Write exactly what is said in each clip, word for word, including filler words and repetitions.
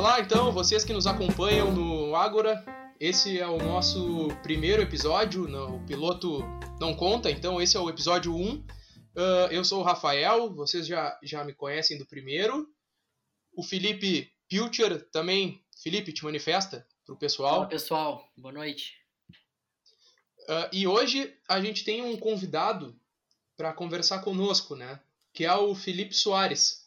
Olá, então, vocês que nos acompanham no Ágora, esse é o nosso primeiro episódio, o piloto não conta, então esse é o episódio um. Uh, eu sou o Rafael, vocês já, já me conhecem do primeiro. O Felipe Pilcher também. Felipe, te manifesta para o pessoal. Fala, pessoal, boa noite. Uh, e hoje a gente tem um convidado para conversar conosco, né? Que é o Felipe Soares.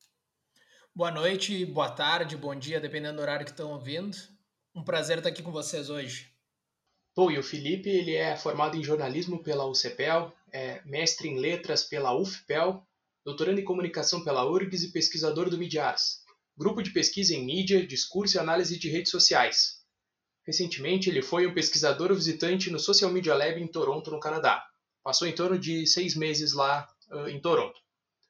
Boa noite, boa tarde, bom dia, dependendo do horário que estão ouvindo. Um prazer estar aqui com vocês hoje. Pô, e o Felipe, ele é formado em jornalismo pela U C P E L, é mestre em letras pela U F P E L, doutorando em comunicação pela U R G S e pesquisador do Midiaras, grupo de pesquisa em mídia, discurso e análise de redes sociais. Recentemente, ele foi um pesquisador visitante no Social Media Lab em Toronto, no Canadá. Passou em torno de seis meses lá uh, em Toronto.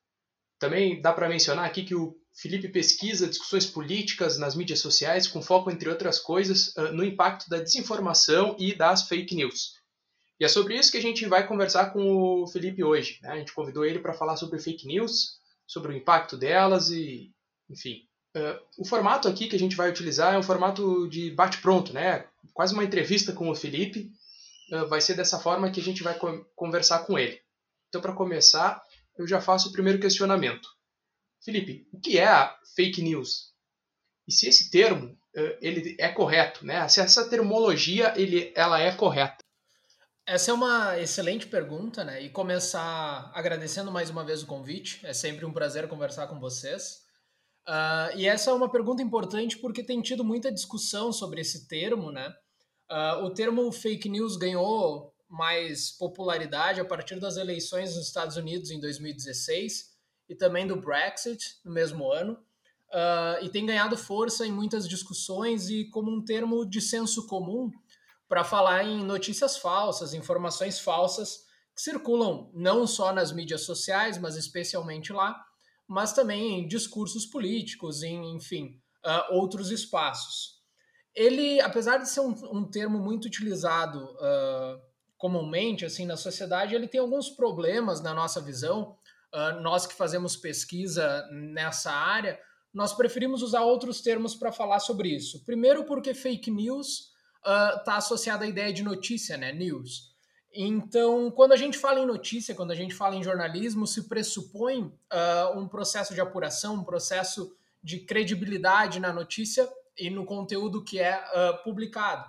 Também dá para mencionar aqui que o Felipe pesquisa discussões políticas nas mídias sociais, com foco, entre outras coisas, no impacto da desinformação e das fake news. E é sobre isso que a gente vai conversar com o Felipe hoje, né? A gente convidou ele para falar sobre fake news, sobre o impacto delas e, enfim. Uh, o formato aqui que a gente vai utilizar é um formato de bate-pronto, né? Quase uma entrevista com o Felipe. Uh, vai ser dessa forma que a gente vai co- conversar com ele. Então, para começar, eu já faço o primeiro questionamento. Felipe, o que é a fake news? E se esse termo uh, ele é correto, né? Se essa termologia ele, ela é correta? Essa é uma excelente pergunta, né? E começar agradecendo mais uma vez o convite. É sempre um prazer conversar com vocês. Uh, e essa é uma pergunta importante porque tem tido muita discussão sobre esse termo, né? Uh, o termo fake news ganhou mais popularidade a partir das eleições nos Estados Unidos em dois mil e dezesseis e também do Brexit no mesmo ano, uh, e tem ganhado força em muitas discussões e como um termo de senso comum para falar em notícias falsas, informações falsas que circulam não só nas mídias sociais, mas especialmente lá, mas também em discursos políticos, em, enfim, uh, outros espaços. Ele, apesar de ser um, um termo muito utilizado uh, comumente assim na sociedade, ele tem alguns problemas na nossa visão. Uh, nós que fazemos pesquisa nessa área, nós preferimos usar outros termos para falar sobre isso. Primeiro porque fake news está uh, associada à ideia de notícia, né? News. Então, quando a gente fala em notícia, quando a gente fala em jornalismo, se pressupõe uh, um processo de apuração, um processo de credibilidade na notícia e no conteúdo que é uh, publicado.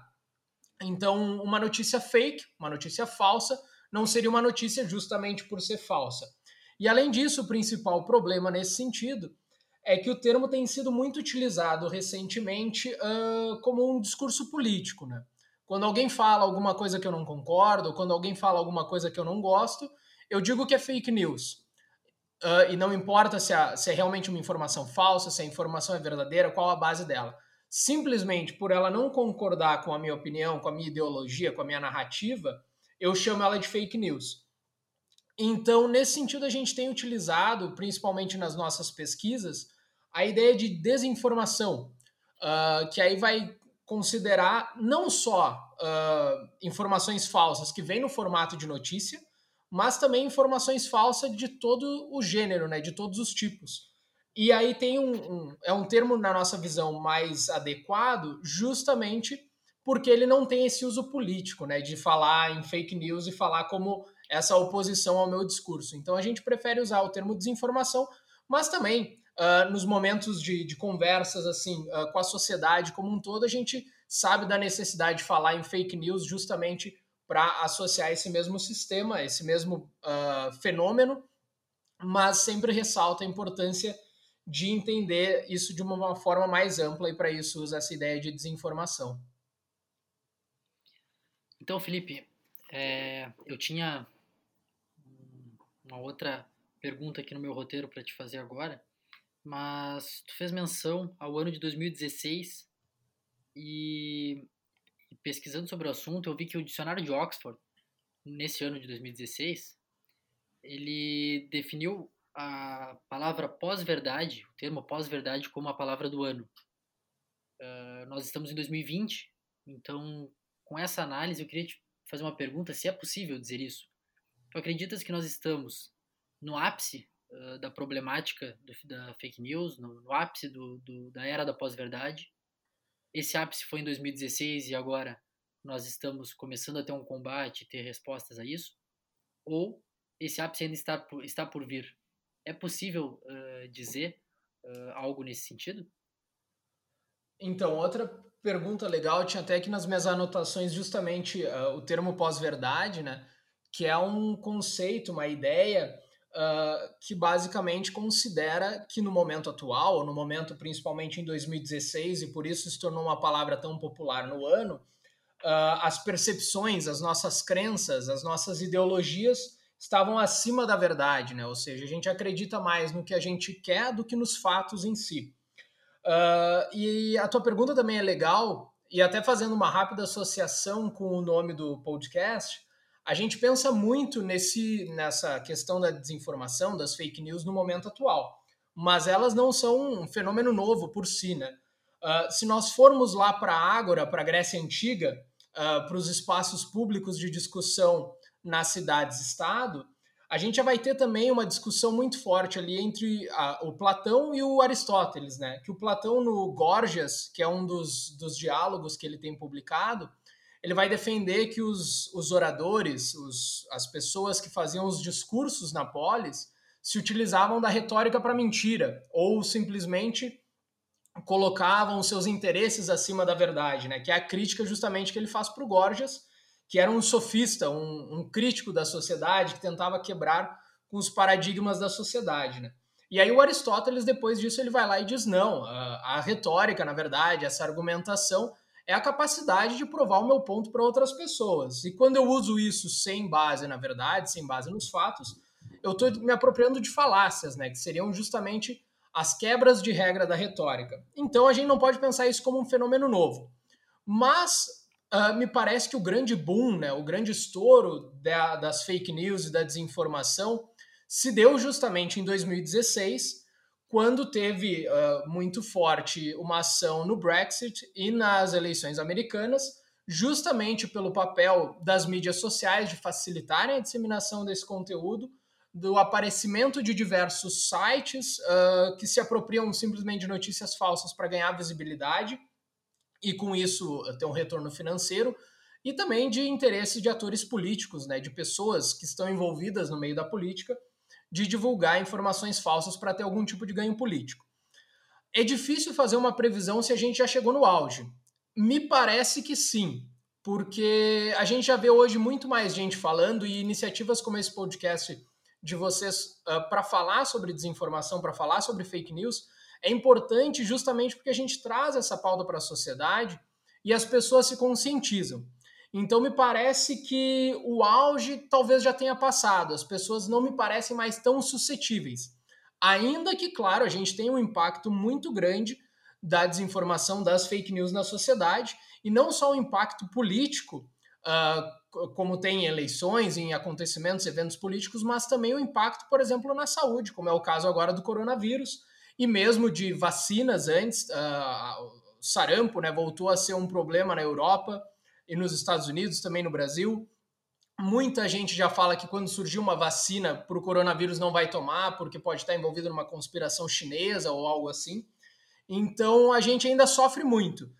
Então, uma notícia fake, uma notícia falsa, não seria uma notícia justamente por ser falsa. E, além disso, o principal problema nesse sentido é que o termo tem sido muito utilizado recentemente uh, como um discurso político, né? Quando alguém fala alguma coisa que eu não concordo, ou quando alguém fala alguma coisa que eu não gosto, eu digo que é fake news. Uh, e não importa se, a, se é realmente uma informação falsa, se a informação é verdadeira, qual a base dela. Simplesmente por ela não concordar com a minha opinião, com a minha ideologia, com a minha narrativa, eu chamo ela de fake news. Então, nesse sentido, a gente tem utilizado, principalmente nas nossas pesquisas, a ideia de desinformação, uh, que aí vai considerar não só uh, informações falsas que vêm no formato de notícia, mas também informações falsas de todo o gênero, né, de todos os tipos. E aí tem um, um é um termo na nossa visão mais adequado, justamente porque ele não tem esse uso político, né, de falar em fake news e falar como essa oposição ao meu discurso. Então a gente prefere usar o termo desinformação, mas também uh, nos momentos de, de conversas assim uh, com a sociedade como um todo, a gente sabe da necessidade de falar em fake news justamente para associar esse mesmo sistema, esse mesmo uh, fenômeno, mas sempre ressalta a importância de entender isso de uma forma mais ampla e para isso usa essa ideia de desinformação. Então, Felipe, é, eu tinha uma outra pergunta aqui no meu roteiro para te fazer agora, mas tu fez menção ao ano de dois mil e dezesseis e, e pesquisando sobre o assunto, eu vi que o dicionário de Oxford, nesse ano de dois mil e dezesseis, ele definiu a palavra pós-verdade, o termo pós-verdade, como a palavra do ano. Uh, nós estamos em dois mil e vinte, então, com essa análise, eu queria te fazer uma pergunta, se é possível dizer isso. Tu acreditas que nós estamos no ápice uh, da problemática do, da fake news, no, no ápice do, do, da era da pós-verdade. Esse ápice foi em dois mil e dezesseis e agora nós estamos começando a ter um combate, ter respostas a isso? Ou esse ápice ainda está por, está por vir? É possível uh, dizer uh, algo nesse sentido? Então, outra pergunta legal, eu tinha até aqui nas minhas anotações justamente uh, o termo pós-verdade, né? Que é um conceito, uma ideia uh, que basicamente considera que no momento atual, ou no momento principalmente em dois mil e dezesseis, e por isso se tornou uma palavra tão popular no ano, uh, as percepções, as nossas crenças, as nossas ideologias estavam acima da verdade, né? Ou seja, a gente acredita mais no que a gente quer do que nos fatos em si. Uh, e a tua pergunta também é legal, e até fazendo uma rápida associação com o nome do podcast, a gente pensa muito nesse, nessa questão da desinformação, das fake news no momento atual, mas elas não são um fenômeno novo por si, né? Uh, se nós formos lá para a Ágora, para a Grécia Antiga, uh, para os espaços públicos de discussão nas cidades-estado, a gente já vai ter também uma discussão muito forte ali entre a, o Platão e o Aristóteles, né? Que o Platão no Gorgias, que é um dos, dos diálogos que ele tem publicado, ele vai defender que os, os oradores, os, as pessoas que faziam os discursos na polis, se utilizavam da retórica para mentira, ou simplesmente colocavam seus interesses acima da verdade, né? Que é a crítica justamente que ele faz para o Gorgias, que era um sofista, um, um crítico da sociedade que tentava quebrar com os paradigmas da sociedade, né? E aí o Aristóteles, depois disso, ele vai lá e diz, não, a, a retórica, na verdade, essa argumentação é a capacidade de provar o meu ponto para outras pessoas. E quando eu uso isso sem base na verdade, sem base nos fatos, eu estou me apropriando de falácias, né? Que seriam justamente as quebras de regra da retórica. Então a gente não pode pensar isso como um fenômeno novo. Mas Uh, me parece que o grande boom, né, o grande estouro da, das fake news e da desinformação se deu justamente em dois mil e dezesseis, quando teve uh, muito forte uma ação no Brexit e nas eleições americanas, justamente pelo papel das mídias sociais de facilitarem a disseminação desse conteúdo, do aparecimento de diversos sites uh, que se apropriam simplesmente de notícias falsas para ganhar visibilidade, e com isso ter um retorno financeiro, e também de interesse de atores políticos, né, de pessoas que estão envolvidas no meio da política, de divulgar informações falsas para ter algum tipo de ganho político. É difícil fazer uma previsão se a gente já chegou no auge. Me parece que sim, porque a gente já vê hoje muito mais gente falando, e iniciativas como esse podcast de vocês uh, para falar sobre desinformação, para falar sobre fake news, é importante justamente porque a gente traz essa pauta para a sociedade e as pessoas se conscientizam. Então me parece que o auge talvez já tenha passado, as pessoas não me parecem mais tão suscetíveis. Ainda que, claro, a gente tem um impacto muito grande da desinformação, das fake news na sociedade, e não só o impacto político, uh, como tem em eleições, em acontecimentos, eventos políticos, mas também o impacto, por exemplo, na saúde, como é o caso agora do coronavírus, e mesmo de vacinas antes. Uh, o sarampo, né, voltou a ser um problema na Europa e nos Estados Unidos, também no Brasil. Muita gente já fala que quando surgir uma vacina para o coronavírus não vai tomar, porque pode estar envolvido numa conspiração chinesa ou algo assim. Então a gente ainda sofre muito.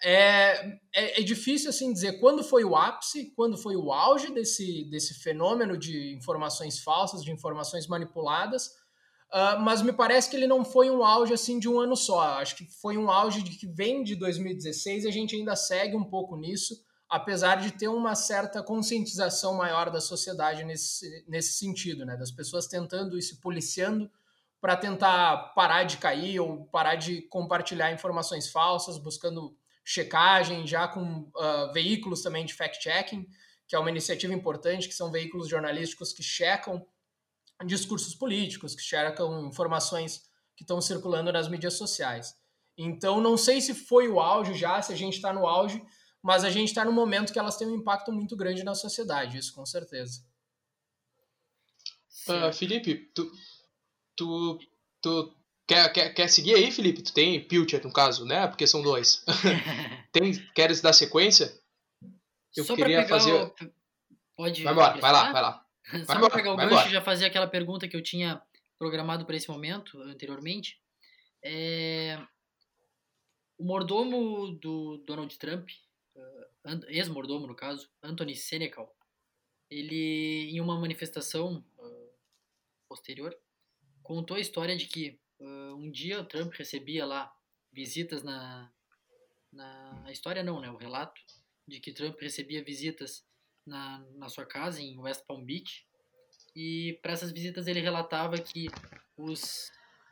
É, é, é difícil assim dizer quando foi o ápice, quando foi o auge desse, desse fenômeno de informações falsas, de informações manipuladas, uh, mas me parece que ele não foi um auge assim de um ano só. Acho que foi um auge de que vem de dois mil e dezesseis e a gente ainda segue um pouco nisso, apesar de ter uma certa conscientização maior da sociedade nesse, nesse sentido, né? Das pessoas tentando e se policiando para tentar parar de cair ou parar de compartilhar informações falsas, buscando checagem, já com uh, veículos também de fact-checking, que é uma iniciativa importante, que são veículos jornalísticos que checam discursos políticos, que checam informações que estão circulando nas mídias sociais. Então, não sei se foi o auge já, se a gente está no auge, mas a gente está no momento que elas têm um impacto muito grande na sociedade, isso com certeza. Uh, Felipe, tu, tu, tu quer, quer, quer seguir aí, Felipe? Tu tem Pilcher, no caso, né? Porque são dois. tem, queres dar sequência? Eu Só queria pegar fazer... O... Pode vai embora, vai lá, vai lá. Vai Só para pegar o gancho embora. e já fazer aquela pergunta que eu tinha programado para esse momento, anteriormente, é... o mordomo do Donald Trump, uh, ex-mordomo no caso, Anthony Senecal, ele, em uma manifestação uh, posterior, contou a história de que uh, um dia o Trump recebia lá visitas na... na a história não, né? O relato de que Trump recebia visitas na, na sua casa em West Palm Beach, e para essas visitas ele relatava que os,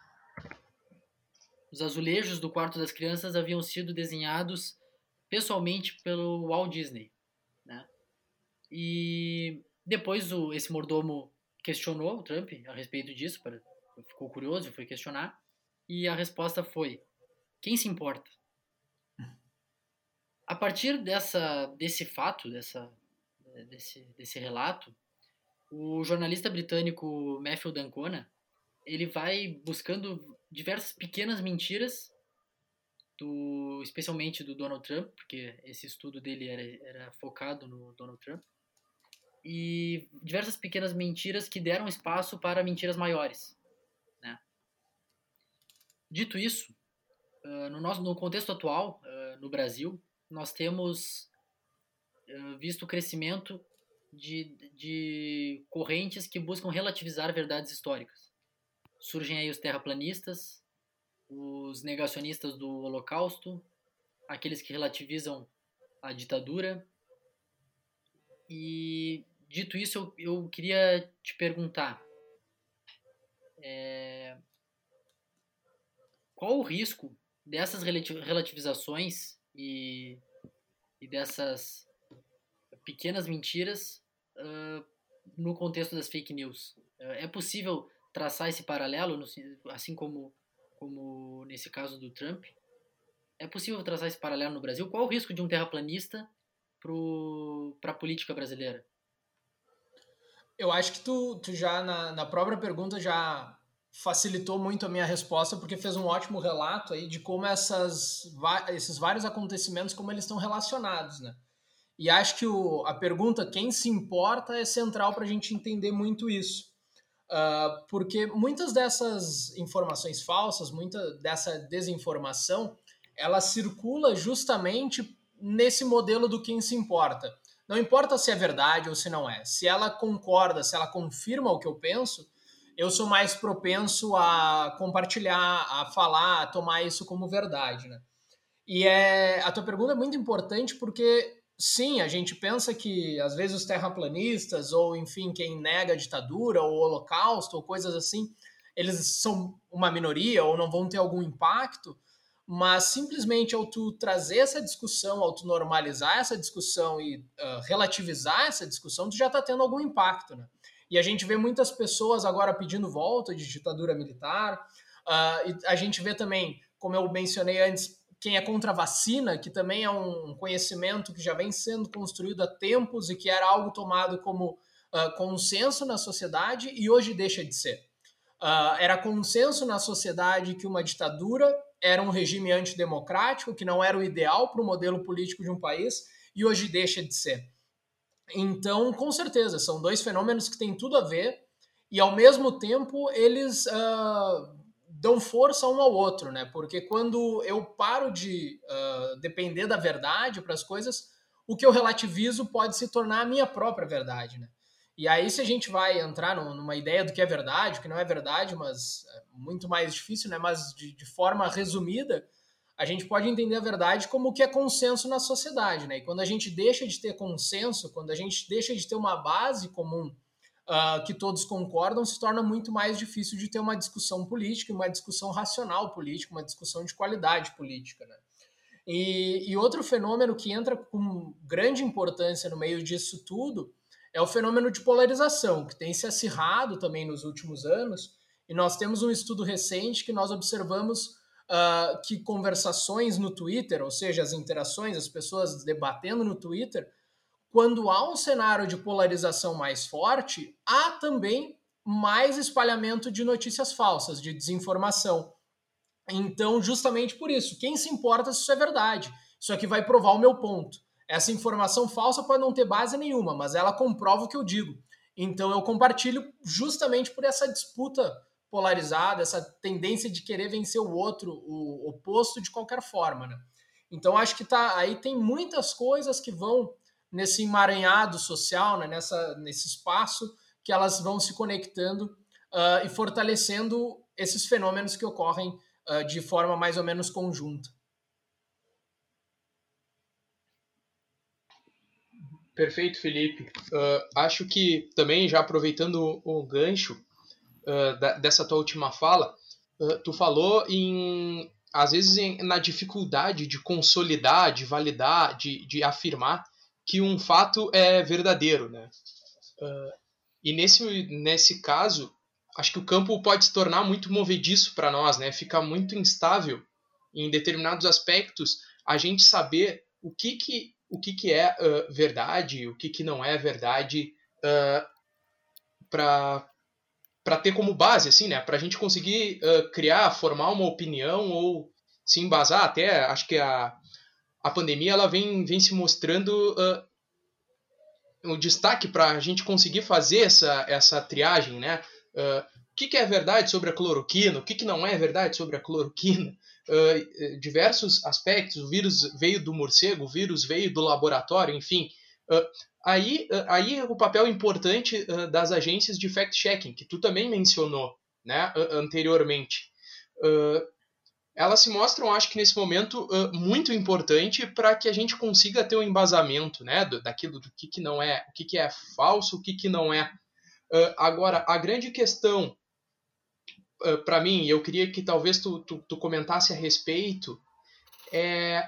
os azulejos do quarto das crianças haviam sido desenhados pessoalmente pelo Walt Disney, né? E depois o, esse mordomo questionou o Trump a respeito disso, para, ficou curioso, foi questionar, e a resposta foi: quem se importa? A partir dessa, desse fato, dessa, desse, desse relato, o jornalista britânico Matthew D'Ancona, ele vai buscando diversas pequenas mentiras, do, especialmente do Donald Trump, porque esse estudo dele era, era focado no Donald Trump, e diversas pequenas mentiras que deram espaço para mentiras maiores, né? Dito isso, uh, no, nosso, no contexto atual, uh, no Brasil, nós temos uh, visto o crescimento de, de correntes que buscam relativizar verdades históricas. Surgem aí os terraplanistas, os negacionistas do Holocausto, aqueles que relativizam a ditadura. E, dito isso, eu, eu queria te perguntar, é, qual o risco dessas relativizações e, e dessas pequenas mentiras uh, no contexto das fake news? É possível traçar esse paralelo, assim como, como nesse caso do Trump? É possível traçar esse paralelo no Brasil? Qual o risco de um terraplanista para a política brasileira? Eu acho que tu, tu já, na, na própria pergunta, já facilitou muito a minha resposta, porque fez um ótimo relato aí de como essas, esses vários acontecimentos, como eles estão relacionados, né? E acho que o, a pergunta quem se importa é central para a gente entender muito isso. Uh, porque muitas dessas informações falsas, muita dessa desinformação, ela circula justamente nesse modelo do quem se importa. Não importa se é verdade ou se não é. Se ela concorda, se ela confirma o que eu penso, eu sou mais propenso a compartilhar, a falar, a tomar isso como verdade, né? E é, a tua pergunta é muito importante porque, sim, a gente pensa que, às vezes, os terraplanistas ou, enfim, quem nega a ditadura ou o holocausto ou coisas assim, eles são uma minoria ou não vão ter algum impacto, mas simplesmente ao tu trazer essa discussão, ao tu normalizar essa discussão e uh, relativizar essa discussão, tu já está tendo algum impacto, né? E a gente vê muitas pessoas agora pedindo volta de ditadura militar, uh, e a gente vê também, como eu mencionei antes, quem é contra a vacina, que também é um conhecimento que já vem sendo construído há tempos e que era algo tomado como uh, consenso na sociedade e hoje deixa de ser. Uh, era consenso na sociedade que uma ditadura era um regime antidemocrático, que não era o ideal para o modelo político de um país, e hoje deixa de ser. Então, com certeza, são dois fenômenos que têm tudo a ver e, ao mesmo tempo, eles uh, dão força um ao outro, né? Porque quando eu paro de uh, depender da verdade para as coisas, o que eu relativizo pode se tornar a minha própria verdade, né? E aí, se a gente vai entrar numa ideia do que é verdade, o que não é verdade, mas é muito mais difícil, né? Mas de, de forma resumida, a gente pode entender a verdade como o que é consenso na sociedade, né? E quando a gente deixa de ter consenso, quando a gente deixa de ter uma base comum uh, que todos concordam, se torna muito mais difícil de ter uma discussão política, uma discussão racional política, uma discussão de qualidade política, né? E, e outro fenômeno que entra com grande importância no meio disso tudo é o fenômeno de polarização, que tem se acirrado também nos últimos anos, e nós temos um estudo recente que nós observamos uh, que conversações no Twitter, ou seja, as interações, as pessoas debatendo no Twitter, quando há um cenário de polarização mais forte, há também mais espalhamento de notícias falsas, de desinformação. Então, justamente por isso, quem se importa se isso é verdade? Isso aqui vai provar o meu ponto. Essa informação falsa pode não ter base nenhuma, mas ela comprova o que eu digo. Então eu compartilho justamente por essa disputa polarizada, essa tendência de querer vencer o outro, o oposto de qualquer forma, né? Então acho que tá, aí tem muitas coisas que vão nesse emaranhado social, né? Nessa, nesse espaço que elas vão se conectando uh, e fortalecendo esses fenômenos que ocorrem uh, de forma mais ou menos conjunta. Perfeito, Felipe. Uh, acho que também, já aproveitando o, o gancho uh, da, dessa tua última fala, uh, tu falou em, às vezes, em, na dificuldade de consolidar, de validar, de, de afirmar que um fato é verdadeiro, né? Uh, e nesse, nesse caso, acho que o campo pode se tornar muito movediço para nós, né? Fica muito instável em determinados aspectos a gente saber o que que o que, que é uh, verdade, o que, que não é verdade, uh, para para ter como base, assim, né? Para a gente conseguir uh, criar, formar uma opinião ou se embasar. Até acho que a, a pandemia ela vem, vem se mostrando uh, um destaque para a gente conseguir fazer essa, essa triagem, né? Uh, o que, que é verdade sobre a cloroquina, o que, que não é verdade sobre a cloroquina, uh, diversos aspectos. O vírus veio do morcego, o vírus veio do laboratório, enfim. Uh, aí, uh, aí o papel importante uh, das agências de fact-checking, que tu também mencionou, né, uh, anteriormente. Uh, elas se mostram, acho que nesse momento, uh, muito importante para que a gente consiga ter um embasamento, né, do, daquilo do que, que não é, o que, que é falso, o que, que não é. Uh, agora, a grande questão uh, para mim, eu queria que talvez tu, tu, tu comentasse a respeito, é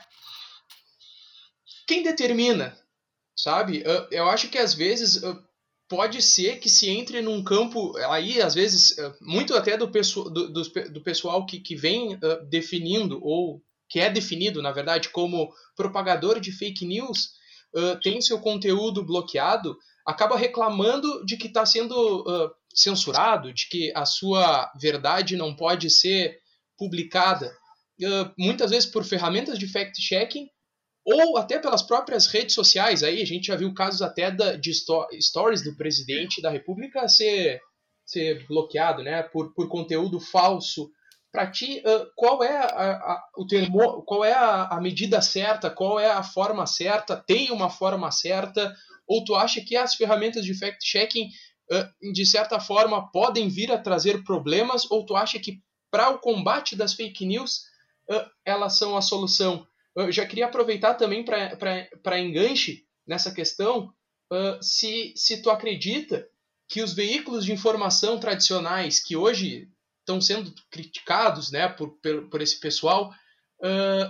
quem determina, sabe? Uh, eu acho que às vezes uh, pode ser que se entre num campo, aí às vezes, uh, muito até do, pesso, do, do, do pessoal que, que vem uh, definindo, ou que é definido, na verdade, como propagador de fake news, uh, tem seu conteúdo bloqueado, acaba reclamando de que está sendo uh, censurado, de que a sua verdade não pode ser publicada, uh, muitas vezes por ferramentas de fact-checking, ou até pelas próprias redes sociais. Aí a gente já viu casos até da, de stories do presidente da República ser, ser bloqueado, né, por, por conteúdo falso. Para ti, uh, qual é, a, a, o termo, qual é a, a medida certa, qual é a forma certa? Tem uma forma certa? Ou tu acha que as ferramentas de fact-checking, uh, de certa forma, podem vir a trazer problemas? Ou tu acha que para o combate das fake news, uh, elas são a solução? Eu já queria aproveitar também para enganche nessa questão, uh, se, se tu acredita que os veículos de informação tradicionais que hoje estão sendo criticados, né, por, por, por esse pessoal, uh,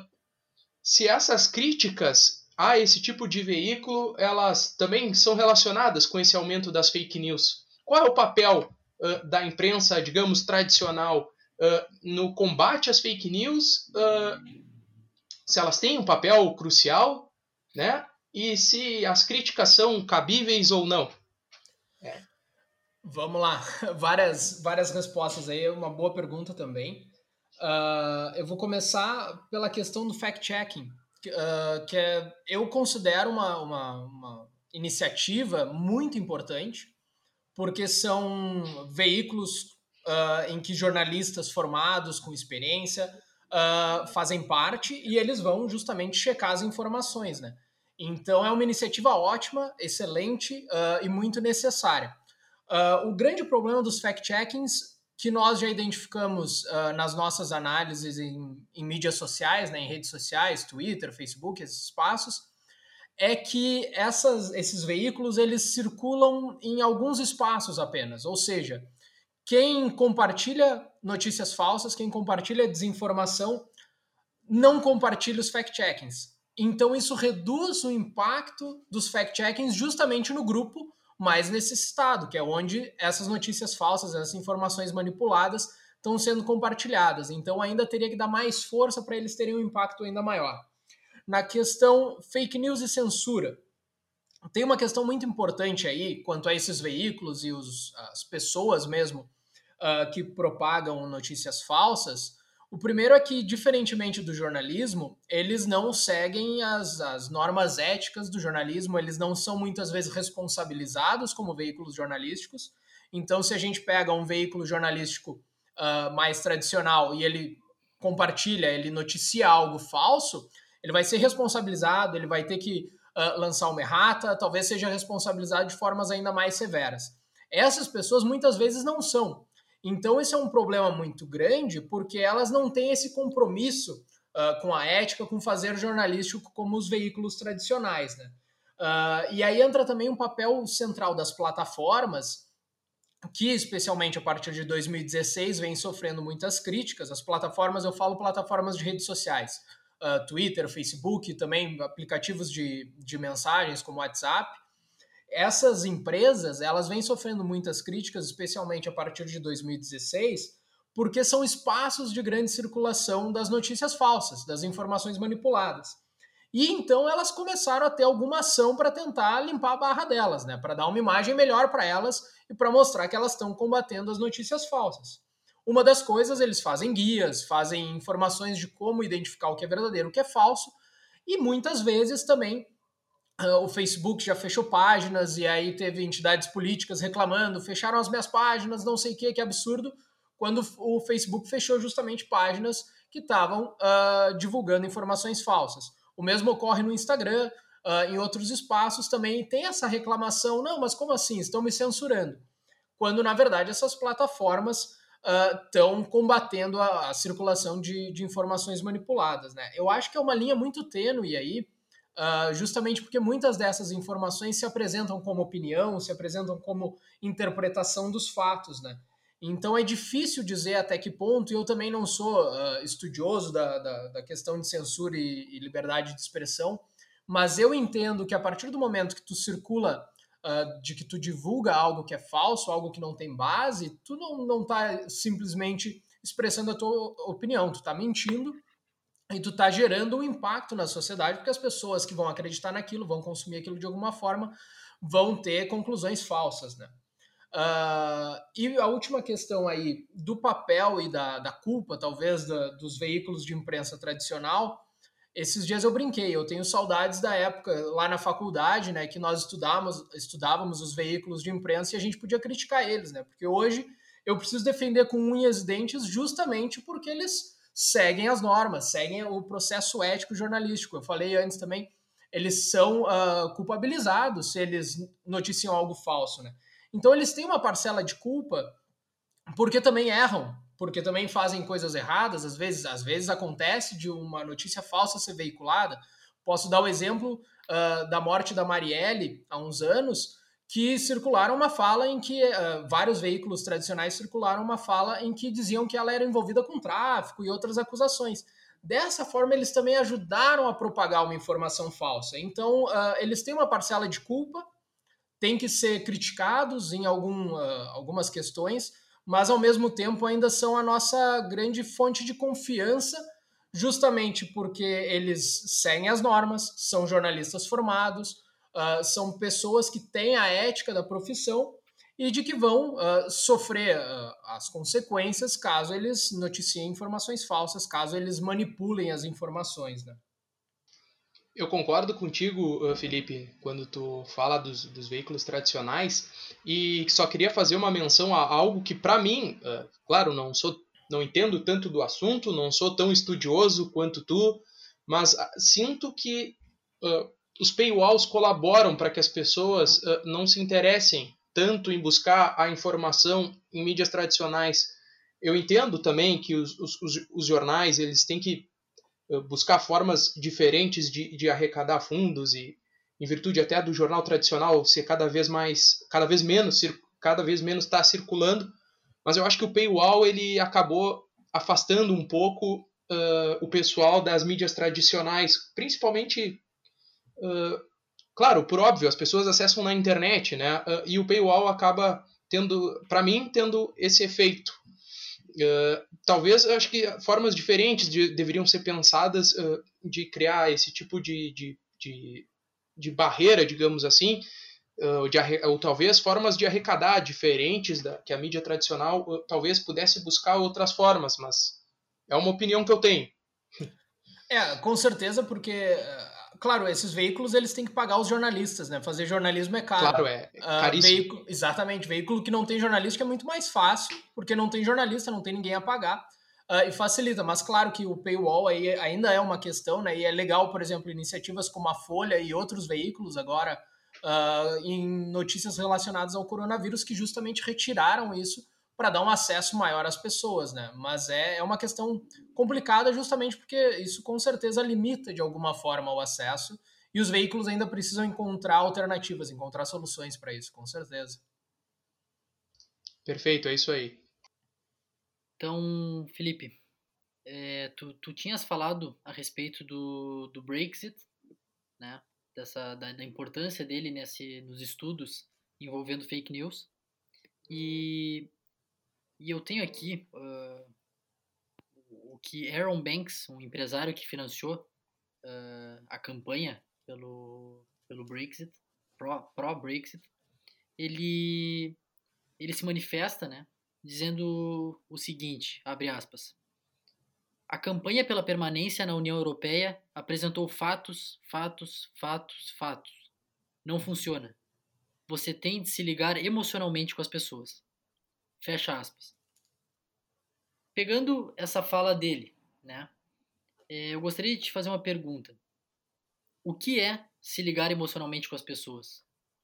se essas críticas a esse tipo de veículo, elas também são relacionadas com esse aumento das fake news. Qual é o papel uh, da imprensa, digamos, tradicional uh, no combate às fake news, uh, se elas têm um papel crucial, né? E se as críticas são cabíveis ou não. É. Vamos lá, várias, várias respostas aí, uma boa pergunta também. Uh, eu vou começar pela questão do fact-checking, que, uh, que é, eu considero uma, uma, uma iniciativa muito importante, porque são veículos uh, em que jornalistas formados com experiência Uh, fazem parte e eles vão justamente checar as informações, né? Então é uma iniciativa ótima, excelente uh, e muito necessária. Uh, o grande problema dos fact-checkings que nós já identificamos uh, nas nossas análises em, em mídias sociais, né, em redes sociais, Twitter, Facebook, esses espaços, é que essas, esses veículos eles circulam em alguns espaços apenas, ou seja, quem compartilha notícias falsas, quem compartilha desinformação, não compartilha os fact-checkings. Então isso reduz o impacto dos fact-checkings justamente no grupo mais necessitado, que é onde essas notícias falsas, essas informações manipuladas estão sendo compartilhadas. Então ainda teria que dar mais força para eles terem um impacto ainda maior. Na questão fake news e censura, tem uma questão muito importante aí quanto a esses veículos e os, as pessoas mesmo uh, que propagam notícias falsas. O primeiro é que, diferentemente do jornalismo, eles não seguem as, as normas éticas do jornalismo, eles não são muitas vezes responsabilizados como veículos jornalísticos. Então, se a gente pega um veículo jornalístico uh, mais tradicional e ele compartilha, ele noticia algo falso, ele vai ser responsabilizado, ele vai ter que uh, lançar uma errata, talvez seja responsabilizado de formas ainda mais severas. Essas pessoas muitas vezes não são. Então esse é um problema muito grande porque elas não têm esse compromisso uh, com a ética, com fazer jornalístico como os veículos tradicionais, né? Uh, e aí entra também um papel central das plataformas, que especialmente a partir de dois mil e dezesseis vem sofrendo muitas críticas. As plataformas, eu falo plataformas de redes sociais, uh, Twitter, Facebook, também aplicativos de, de mensagens como WhatsApp. Essas empresas, elas vêm sofrendo muitas críticas, especialmente a partir de dois mil e dezesseis, porque são espaços de grande circulação das notícias falsas, das informações manipuladas. E então elas começaram a ter alguma ação para tentar limpar a barra delas, né? Para dar uma imagem melhor para elas e para mostrar que elas estão combatendo as notícias falsas. Uma das coisas, eles fazem guias, fazem informações de como identificar o que é verdadeiro, o que é falso, e muitas vezes também uh, o Facebook já fechou páginas e aí teve entidades políticas reclamando, fecharam as minhas páginas, não sei o que, que absurdo, quando o Facebook fechou justamente páginas que estavam uh, divulgando informações falsas. O mesmo ocorre no Instagram, uh, em outros espaços também tem essa reclamação, não, mas como assim? Estão me censurando. Quando, na verdade, essas plataformas estão uh, combatendo a, a circulação de, de informações manipuladas, né? Eu acho que é uma linha muito tênue aí, uh, justamente porque muitas dessas informações se apresentam como opinião, se apresentam como interpretação dos fatos, né? Então é difícil dizer até que ponto, e eu também não sou uh, estudioso da, da, da questão de censura e, e liberdade de expressão, mas eu entendo que a partir do momento que tu circula, uh, de que tu divulga algo que é falso, algo que não tem base, tu não, não tá simplesmente expressando a tua opinião, tu tá mentindo e tu tá gerando um impacto na sociedade, porque as pessoas que vão acreditar naquilo, vão consumir aquilo de alguma forma, vão ter conclusões falsas, né? Uh, e a última questão aí do papel e da, da culpa, talvez, da, dos veículos de imprensa tradicional. Esses dias eu brinquei, eu tenho saudades da época lá na faculdade, né, que nós estudávamos, estudávamos os veículos de imprensa e a gente podia criticar eles, né, porque hoje eu preciso defender com unhas e dentes justamente porque eles seguem as normas, seguem o processo ético jornalístico. Eu falei antes também, eles são uh, culpabilizados se eles noticiam algo falso, né. Então eles têm uma parcela de culpa porque também erram, porque também fazem coisas erradas, às vezes, às vezes acontece de uma notícia falsa ser veiculada. Posso dar o exemplo uh, da morte da Marielle há uns anos, que circularam uma fala em que uh, vários veículos tradicionais circularam uma fala em que diziam que ela era envolvida com tráfico e outras acusações. Dessa forma, eles também ajudaram a propagar uma informação falsa. Então, uh, eles têm uma parcela de culpa, têm que ser criticados em algum, uh, algumas questões, mas ao mesmo tempo ainda são a nossa grande fonte de confiança, justamente porque eles seguem as normas, são jornalistas formados, uh, são pessoas que têm a ética da profissão e de que vão uh, sofrer uh, as consequências caso eles noticiem informações falsas, caso eles manipulem as informações, né? Eu concordo contigo, Felipe, quando tu fala dos, dos veículos tradicionais, e só queria fazer uma menção a algo que, para mim, uh, claro, não sou, não entendo tanto do assunto, não sou tão estudioso quanto tu, mas uh, sinto que uh, os paywalls colaboram para que as pessoas uh, não se interessem tanto em buscar a informação em mídias tradicionais. Eu entendo também que os, os, os jornais eles têm que buscar formas diferentes de, de arrecadar fundos e em virtude até do jornal tradicional ser cada vez mais, cada vez menos, cada vez menos está circulando, mas eu acho que o paywall ele acabou afastando um pouco uh, o pessoal das mídias tradicionais, principalmente, uh, claro, por óbvio, as pessoas acessam na internet, né? Uh, e o paywall acaba tendo, para mim, tendo esse efeito. Uh, talvez, eu acho que formas diferentes de, deveriam ser pensadas uh, de criar esse tipo de, de, de, de barreira, digamos assim, uh, de, ou talvez formas de arrecadar diferentes da, que a mídia tradicional uh, talvez pudesse buscar outras formas, mas é uma opinião que eu tenho. É, com certeza, porque claro, esses veículos eles têm que pagar os jornalistas, né? Fazer jornalismo é caro. Claro, é Uh, caríssimo. veículo, exatamente, veículo que não tem jornalista é muito mais fácil, porque não tem jornalista, não tem ninguém a pagar, uh, e facilita. Mas claro que o paywall aí ainda é uma questão, né? E é legal, por exemplo, iniciativas como a Folha e outros veículos agora uh, em notícias relacionadas ao coronavírus que justamente retiraram isso para dar um acesso maior às pessoas, né? Mas é, é uma questão complicada justamente porque isso com certeza limita de alguma forma o acesso e os veículos ainda precisam encontrar alternativas, encontrar soluções para isso, com certeza. Perfeito, é isso aí. Então, Felipe, é, tu, tu tinhas falado a respeito do, do Brexit, né? Dessa, da, da importância dele nesse, nos estudos envolvendo fake news. E, e eu tenho aqui uh, o que Aaron Banks, um empresário que financiou uh, a campanha pelo, pelo Brexit, pró-Brexit, ele, ele se manifesta, né, dizendo o seguinte, abre aspas, a campanha pela permanência na União Europeia apresentou fatos, fatos, fatos, fatos. Não funciona. Você tem de se ligar emocionalmente com as pessoas. Fecha aspas. Pegando essa fala dele, né, eu gostaria de te fazer uma pergunta. O que é se ligar emocionalmente com as pessoas?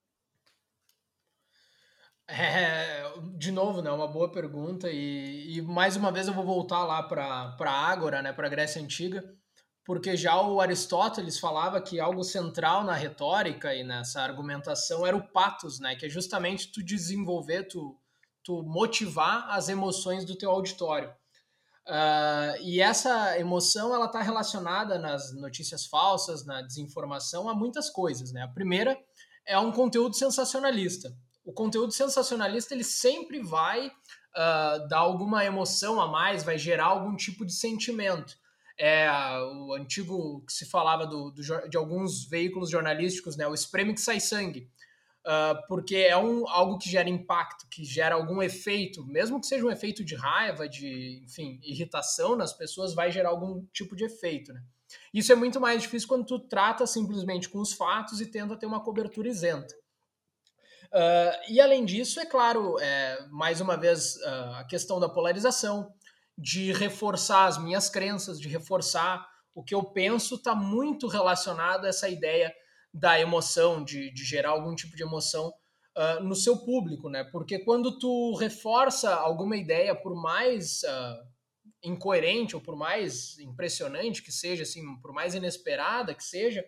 É, de novo, né, uma boa pergunta e, e mais uma vez eu vou voltar lá para a Ágora, né, para a Grécia Antiga, porque já o Aristóteles falava que algo central na retórica e nessa argumentação era o patos, né, que é justamente tu desenvolver, tu, tu motivar as emoções do teu auditório. Uh, e essa emoção ela está relacionada nas notícias falsas, na desinformação, a muitas coisas, né? A primeira é um conteúdo sensacionalista. O conteúdo sensacionalista ele sempre vai uh, dar alguma emoção a mais, vai gerar algum tipo de sentimento. É o antigo que se falava do, do, de alguns veículos jornalísticos, né? O espreme que sai sangue. Uh, porque é um, algo que gera impacto, que gera algum efeito, mesmo que seja um efeito de raiva, de, enfim, irritação nas pessoas, vai gerar algum tipo de efeito, né? Isso é muito mais difícil quando tu trata simplesmente com os fatos e tenta ter uma cobertura isenta. Uh, e além disso, é claro, é, mais uma vez, uh, a questão da polarização, de reforçar as minhas crenças, de reforçar o que eu penso, está muito relacionado a essa ideia da emoção, de, de gerar algum tipo de emoção uh, no seu público, né? Porque quando tu reforça alguma ideia, por mais uh, incoerente ou por mais impressionante que seja, assim, por mais inesperada que seja,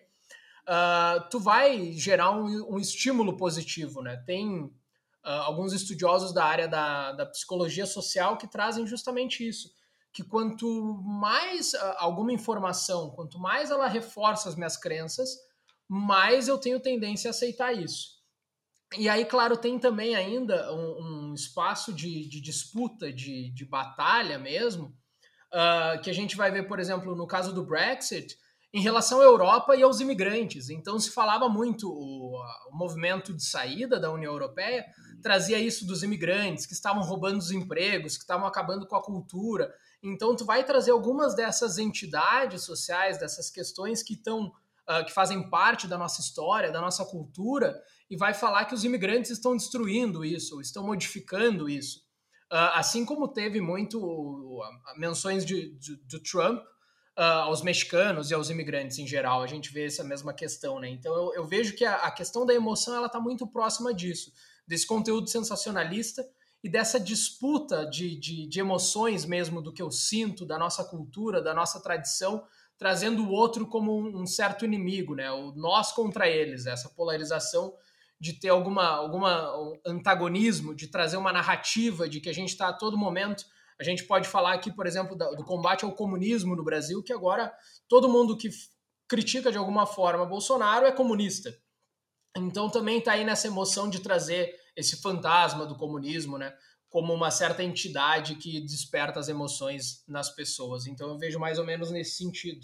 uh, tu vai gerar um, um estímulo positivo, né? Tem uh, alguns estudiosos da área da, da psicologia social que trazem justamente isso, que quanto mais uh, alguma informação, quanto mais ela reforça as minhas crenças, mais eu tenho tendência a aceitar isso. E aí, claro, tem também ainda um, um espaço de, de disputa, de, de batalha mesmo, uh, que a gente vai ver, por exemplo, no caso do Brexit, em relação à Europa e aos imigrantes. Então, se falava muito, o, o movimento de saída da União Europeia trazia isso dos imigrantes, que estavam roubando os empregos, que estavam acabando com a cultura. Então, tu vai trazer algumas dessas entidades sociais, dessas questões que estão Uh, que fazem parte da nossa história, da nossa cultura, e vai falar que os imigrantes estão destruindo isso, estão modificando isso. Uh, assim como teve muito uh, menções de, de, de Trump uh, aos mexicanos e aos imigrantes em geral, a gente vê essa mesma questão, né? Então eu, eu vejo que a, a questão da emoção ela está muito próxima disso, desse conteúdo sensacionalista e dessa disputa de, de, de emoções mesmo do que eu sinto, da nossa cultura, da nossa tradição, trazendo o outro como um certo inimigo, né? O nós contra eles, essa polarização de ter alguma, alguma um antagonismo, de trazer uma narrativa de que a gente está a todo momento. A gente pode falar aqui, por exemplo, do combate ao comunismo no Brasil, que agora todo mundo que critica de alguma forma Bolsonaro é comunista. Então também está aí nessa emoção de trazer esse fantasma do comunismo, né? Como uma certa entidade que desperta as emoções nas pessoas. Então eu vejo mais ou menos nesse sentido.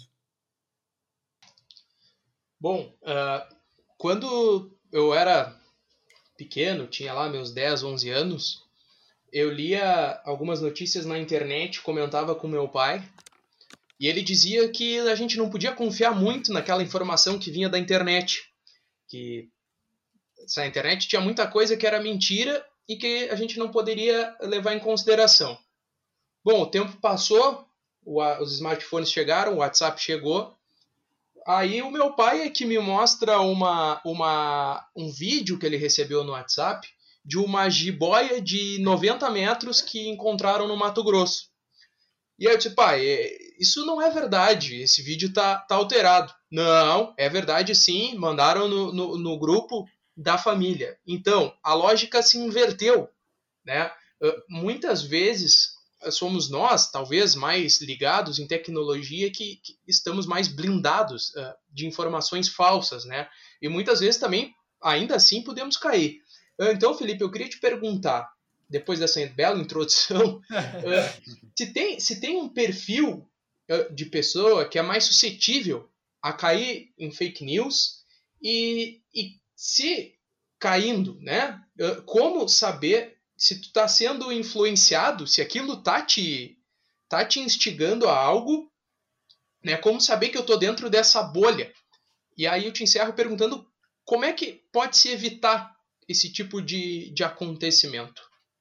Bom, uh, quando eu era pequeno, tinha lá meus dez, onze anos, eu lia algumas notícias na internet, comentava com meu pai, E ele dizia que a gente não podia confiar muito naquela informação que vinha da internet. Que a internet tinha muita coisa que era mentira e que a gente não poderia levar em consideração. Bom, o tempo passou, os smartphones chegaram, o WhatsApp chegou. Aí o meu pai é que me mostra uma, uma, um vídeo que ele recebeu no WhatsApp de uma jiboia de noventa metros que encontraram no Mato Grosso. E aí eu disse, pai, isso não é verdade, esse vídeo tá, tá alterado. Não, é verdade sim, mandaram no, no, no grupo da família. Então, a lógica se inverteu, né? Muitas vezes somos nós, talvez mais ligados em tecnologia, que, que estamos mais blindados uh, de informações falsas, né? E muitas vezes também, ainda assim, podemos cair. Então, Felipe, eu queria te perguntar, depois dessa bela introdução, uh, se, tem, se tem um perfil uh, de pessoa que é mais suscetível a cair em fake news e, e se caindo, né? Uh, como saber se tu está sendo influenciado, se aquilo está te, tá te instigando a algo, né? Como saber que eu estou dentro dessa bolha? E aí eu te encerro perguntando como é que pode se evitar esse tipo de, de acontecimento?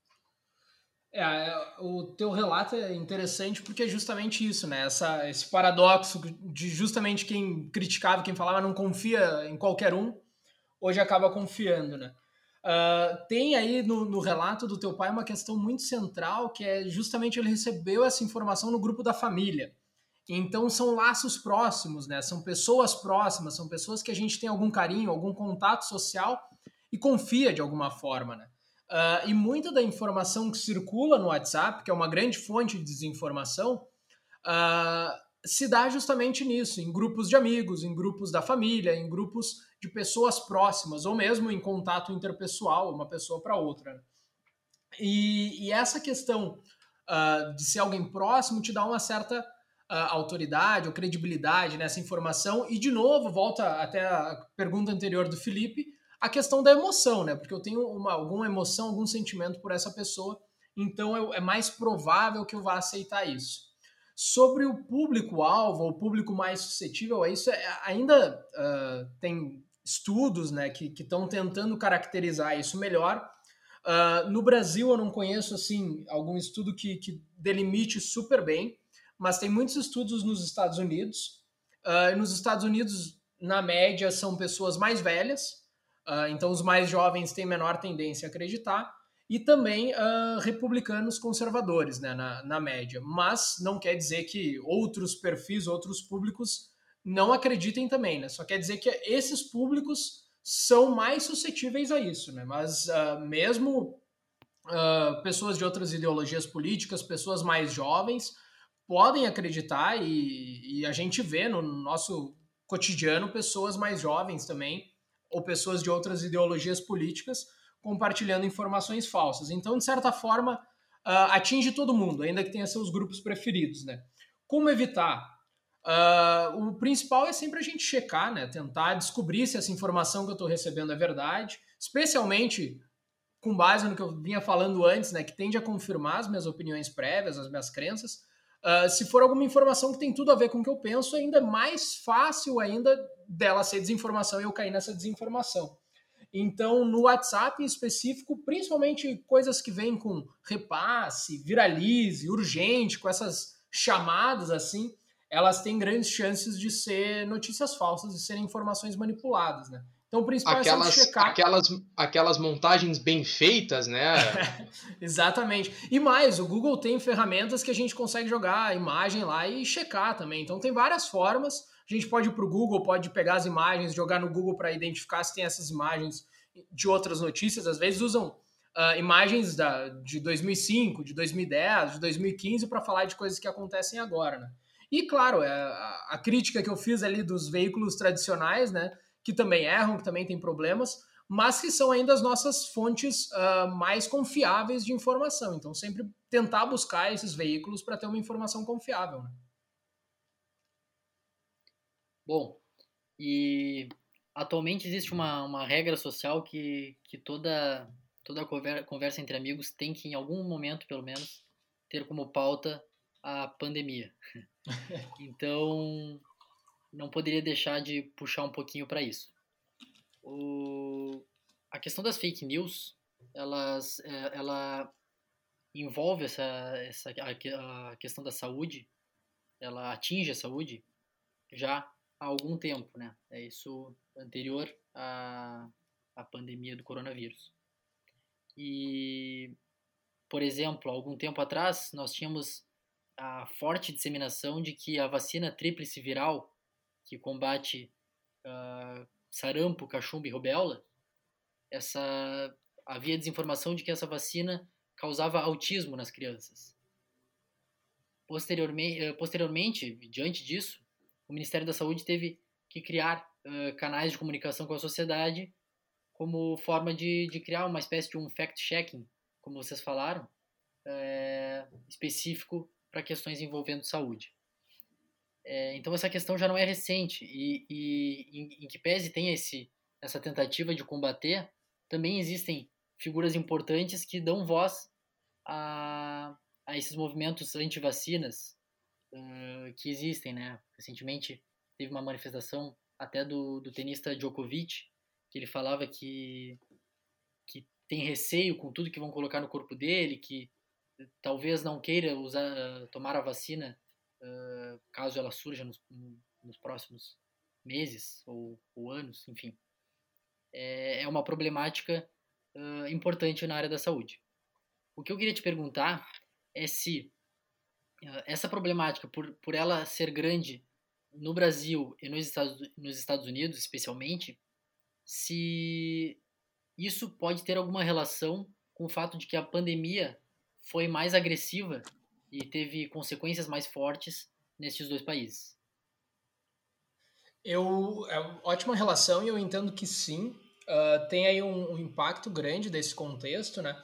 É, o teu relato é interessante porque é justamente isso, né? Essa, esse paradoxo de justamente quem criticava, quem falava não confia em qualquer um, hoje acaba confiando, né? Uh, tem aí no, no relato do teu pai uma questão muito central, que é justamente ele recebeu essa informação no grupo da família. Então são laços próximos, né? São pessoas próximas, são pessoas que a gente tem algum carinho, algum contato social e confia de alguma forma, né? Uh, e muita da informação que circula no WhatsApp, que é uma grande fonte de desinformação, uh, se dá justamente nisso, em grupos de amigos, em grupos da família, em grupos de pessoas próximas, ou mesmo em contato interpessoal, uma pessoa para outra. E, e essa questão uh, de ser alguém próximo te dá uma certa uh, autoridade ou credibilidade nessa informação. E, de novo, volta até a pergunta anterior do Felipe, a questão da emoção, né? Porque eu tenho uma, alguma emoção, algum sentimento por essa pessoa, então eu, é mais provável que eu vá aceitar isso. Sobre o público-alvo, o público mais suscetível a isso, ainda uh, tem estudos, né, que estão tentando caracterizar isso melhor. Uh, no Brasil eu não conheço assim algum estudo que, que delimite super bem, mas tem muitos estudos nos Estados Unidos. Uh, nos Estados Unidos, na média, são pessoas mais velhas, uh, então os mais jovens têm menor tendência a acreditar, e também uh, republicanos conservadores, né, na, na média. Mas não quer dizer que outros perfis, outros públicos não acreditem também, né? Só quer dizer que esses públicos são mais suscetíveis a isso, né? Mas uh, mesmo uh, pessoas de outras ideologias políticas, pessoas mais jovens, podem acreditar e, e a gente vê no nosso cotidiano pessoas mais jovens também, ou pessoas de outras ideologias políticas, compartilhando informações falsas. Então, de certa forma, uh, atinge todo mundo, ainda que tenha seus grupos preferidos, né? Como evitar? Uh, o principal é sempre a gente checar, né? Tentar descobrir se essa informação que eu estou recebendo é verdade, especialmente com base no que eu vinha falando antes, né? Que tende a confirmar as minhas opiniões prévias, as minhas crenças. Uh, se for alguma informação que tem tudo a ver com o que eu penso, ainda é mais fácil ainda dela ser desinformação e eu cair nessa desinformação. Então, no WhatsApp em específico, principalmente coisas que vêm com repasse, viralize, urgente, com essas chamadas assim, elas têm grandes chances de ser notícias falsas, de serem informações manipuladas, né? Então, o principal aquelas, é sempre checar. Aquelas, aquelas montagens bem feitas, né? Exatamente. E mais, o Google tem ferramentas que a gente consegue jogar a imagem lá e checar também. Então, tem várias formas. A gente pode ir para o Google, pode pegar as imagens, jogar no Google para identificar se tem essas imagens de outras notícias. Às vezes usam uh, imagens da, de dois mil e cinco, de dois mil e dez, de dois mil e quinze para falar de coisas que acontecem agora, né? E, claro, a, a crítica que eu fiz ali dos veículos tradicionais, né? Que também erram, que também têm problemas, mas que são ainda as nossas fontes uh, mais confiáveis de informação. Então, sempre tentar buscar esses veículos para ter uma informação confiável, né? Bom, e atualmente existe uma, uma regra social que, que toda, toda conversa entre amigos tem que, em algum momento, pelo menos, ter como pauta a pandemia. Então, não poderia deixar de puxar um pouquinho para isso. O... A questão das fake news, elas, ela envolve essa, essa, a, a questão da saúde, ela atinge a saúde já há algum tempo, né? É isso anterior à, à pandemia do coronavírus. E, por exemplo, há algum tempo atrás, nós tínhamos a forte disseminação de que a vacina tríplice viral, que combate uh, sarampo, cachumba e rubéola, essa, havia desinformação de que essa vacina causava autismo nas crianças. Posteriormente, posteriormente, diante disso, o Ministério da Saúde teve que criar uh, canais de comunicação com a sociedade como forma de, de criar uma espécie de um fact-checking, como vocês falaram, é, específico para questões envolvendo saúde. É, então essa questão já não é recente e, e em, em que pese tem esse, essa tentativa de combater, também existem figuras importantes que dão voz a, a esses movimentos anti-vacinas uh, que existem, né? Recentemente teve uma manifestação até do, do tenista Djokovic, que ele falava que, que tem receio com tudo que vão colocar no corpo dele, que talvez não queira usar, tomar a vacina uh, caso ela surja nos, nos próximos meses ou, ou anos, enfim. É, é uma problemática uh, importante na área da saúde. O que eu queria te perguntar é se uh, essa problemática, por, por ela ser grande no Brasil e nos Estados, nos Estados Unidos, especialmente, se isso pode ter alguma relação com o fato de que a pandemia foi mais agressiva e teve consequências mais fortes nesses dois países. Eu, é uma ótima relação e eu entendo que sim, uh, tem aí um, um impacto grande desse contexto, né?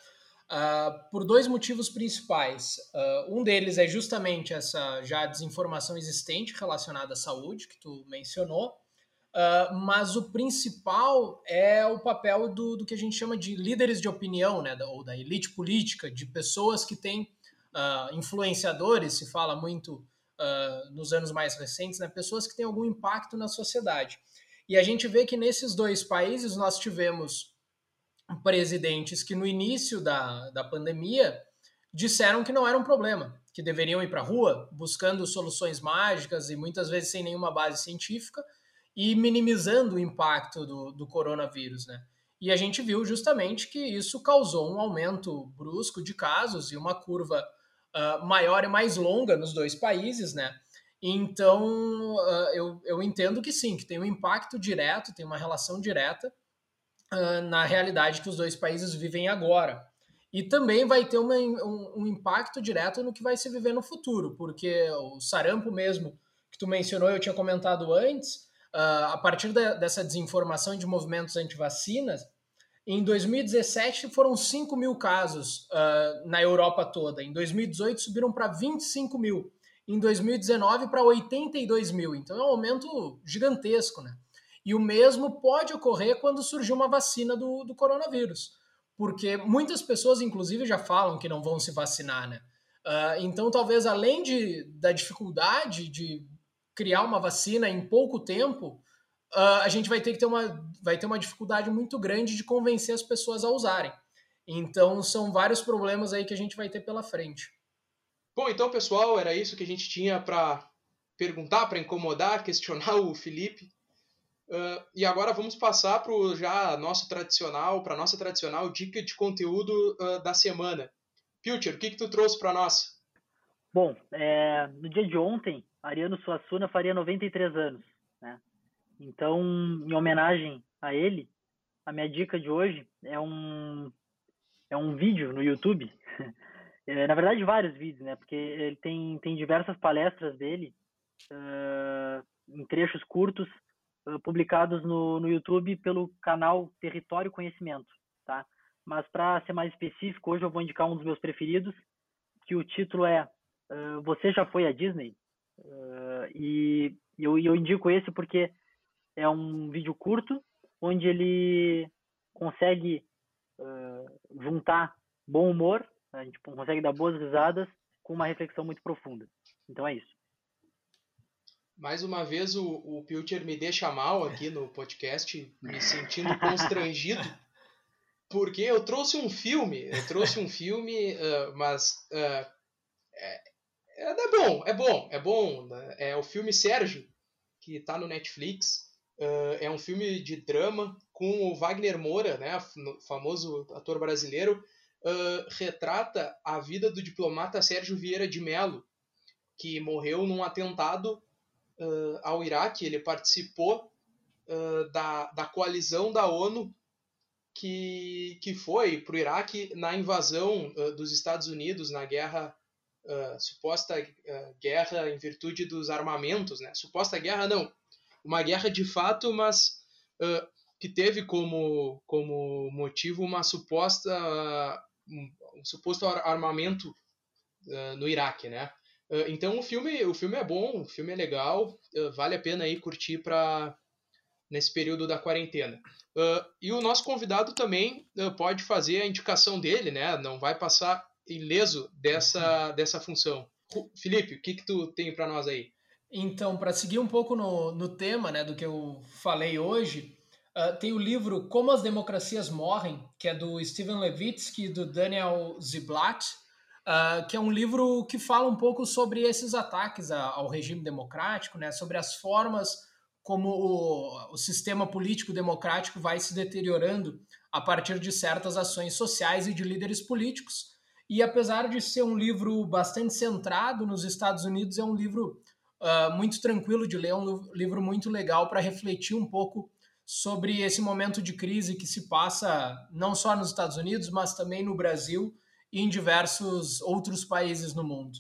Uh, por dois motivos principais. Uh, um deles é justamente essa já desinformação existente relacionada à saúde, que tu mencionou, uh, mas o principal é o papel do, do que a gente chama de líderes de opinião, né? Da, ou da elite política, de pessoas que têm uh, influenciadores, se fala muito uh, nos anos mais recentes, né? Pessoas que têm algum impacto na sociedade. E a gente vê que nesses dois países nós tivemos presidentes que no início da, da pandemia disseram que não era um problema, que deveriam ir para a rua buscando soluções mágicas e muitas vezes sem nenhuma base científica e minimizando o impacto do, do coronavírus, né? E a gente viu justamente que isso causou um aumento brusco de casos e uma curva uh, maior e mais longa nos dois países, né? Então, uh, eu, eu entendo que sim, que tem um impacto direto, tem uma relação direta Uh, na realidade que os dois países vivem agora. E também vai ter uma, um, um impacto direto no que vai se viver no futuro, porque o sarampo mesmo, que tu mencionou, eu tinha comentado antes, uh, a partir da, dessa desinformação de movimentos anti-vacinas, em dois mil e dezessete foram cinco mil casos uh, na Europa toda, em dois mil e dezoito subiram para vinte e cinco mil, em dois mil e dezenove para oitenta e dois mil, então é um aumento gigantesco, né? E o mesmo pode ocorrer quando surgir uma vacina do, do coronavírus, porque muitas pessoas, inclusive, já falam que não vão se vacinar, né? Uh, então, talvez, além de, da dificuldade de criar uma vacina em pouco tempo, uh, a gente vai ter que ter uma, vai ter uma dificuldade muito grande de convencer as pessoas a usarem. Então, são vários problemas aí que a gente vai ter pela frente. Bom, então, pessoal, era isso que a gente tinha para perguntar, para incomodar, questionar o Felipe. Uh, e agora vamos passar para o já nosso tradicional, para nossa tradicional dica de conteúdo uh, da semana. Pilcher, o que, que tu trouxe para nós? Bom, é, no dia de ontem, Ariano Suassuna faria noventa e três anos, né? Então, em homenagem a ele, a minha dica de hoje é um, é um vídeo no YouTube. É, na verdade, vários vídeos, né? Porque ele tem, tem diversas palestras dele uh, em trechos curtos, publicados no, no YouTube pelo canal Território Conhecimento, tá? Mas para ser mais específico, hoje eu vou indicar um dos meus preferidos, que o título é uh, Você Já Foi à Disney? Uh, e eu, eu indico esse porque é um vídeo curto, onde ele consegue uh, juntar bom humor, a gente consegue dar boas risadas com uma reflexão muito profunda. Então é isso. Mais uma vez o, o Pilcher me deixa mal aqui no podcast, me sentindo constrangido, porque eu trouxe um filme, eu trouxe um filme, uh, mas uh, é, é bom, é bom, é bom. É o filme Sérgio, que está no Netflix. Uh, é um filme de drama com o Wagner Moura, né, famoso ator brasileiro. Uh, retrata a vida do diplomata Sérgio Vieira de Mello, que morreu num atentado Uh, ao Iraque. Ele participou uh, da, da coalizão da ONU que, que foi para o Iraque na invasão uh, dos Estados Unidos, na guerra, uh, suposta uh, guerra em virtude dos armamentos, né? Suposta guerra não, uma guerra de fato, mas uh, que teve como, como motivo uma suposta, uh, um, um suposto armamento uh, no Iraque, né? Uh, então o filme, o filme é bom, o filme é legal, uh, vale a pena aí curtir pra, nesse período da quarentena. Uh, e o nosso convidado também uh, pode fazer a indicação dele, né? Não vai passar ileso dessa, dessa função. Felipe, o que, que tu tem para nós aí? Então, para seguir um pouco no, no tema, né, do que eu falei hoje, uh, tem o livro Como as Democracias Morrem, que é do Steven Levitsky e do Daniel Ziblatt, Uh, que é um livro que fala um pouco sobre esses ataques a, ao regime democrático, né, sobre as formas como o, o sistema político democrático vai se deteriorando a partir de certas ações sociais e de líderes políticos. E apesar de ser um livro bastante centrado nos Estados Unidos, é um livro uh, muito tranquilo de ler, é um livro muito legal para refletir um pouco sobre esse momento de crise que se passa não só nos Estados Unidos, mas também no Brasil e em diversos outros países no mundo.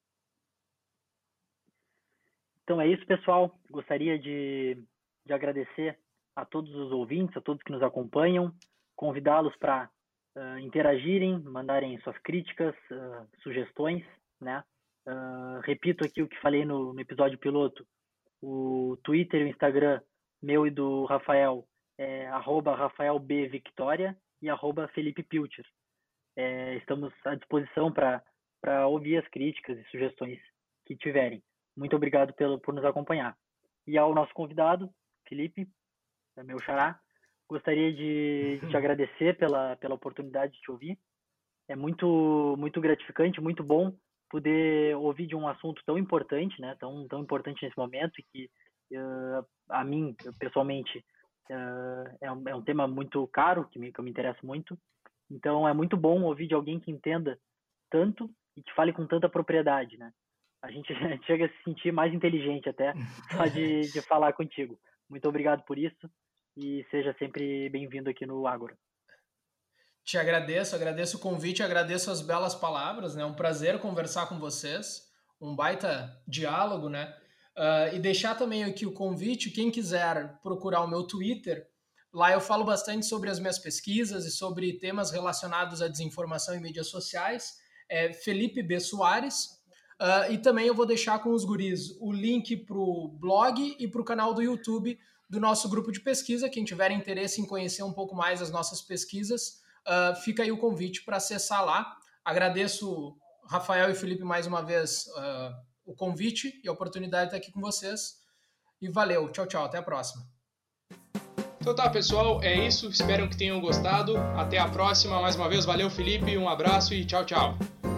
Então é isso, pessoal. Gostaria de, de agradecer a todos os ouvintes, a todos que nos acompanham, convidá-los para uh, interagirem, mandarem suas críticas, uh, sugestões, né? Uh, repito aqui o que falei no, no episódio piloto. O Twitter e o Instagram meu e do Rafael é arroba Rafael B Victoria e arroba Felipe Pilcher. É, estamos à disposição para ouvir as críticas e sugestões que tiverem. Muito obrigado pelo, por nos acompanhar. E ao nosso convidado, Felipe, meu xará, gostaria de, de te agradecer pela, pela oportunidade de te ouvir. É muito, muito gratificante, muito bom poder ouvir de um assunto tão importante, né, tão, tão importante nesse momento, e que uh, a mim, pessoalmente, uh, é, um, é um tema muito caro, que, me, que eu me interesso muito. Então, é muito bom ouvir de alguém que entenda tanto e que fale com tanta propriedade, né? A gente, a gente chega a se sentir mais inteligente até só de, de falar contigo. Muito obrigado por isso e seja sempre bem-vindo aqui no Ágora. Te agradeço, agradeço o convite, agradeço as belas palavras, né? É um prazer conversar com vocês, um baita diálogo, né? Uh, e deixar também aqui o convite, quem quiser procurar o meu Twitter, lá eu falo bastante sobre as minhas pesquisas e sobre temas relacionados à desinformação em mídias sociais. É Felipe B. Soares. Uh, e também eu vou deixar com os guris o link para o blog e para o canal do YouTube do nosso grupo de pesquisa. Quem tiver interesse em conhecer um pouco mais as nossas pesquisas, uh, fica aí o convite para acessar lá. Agradeço, Rafael e Felipe, mais uma vez uh, o convite e a oportunidade de estar aqui com vocês. E valeu. Tchau, tchau. Até a próxima. Então tá, pessoal, é isso. Espero que tenham gostado. Até a próxima. Mais uma vez, valeu, Felipe. Um abraço e tchau, tchau.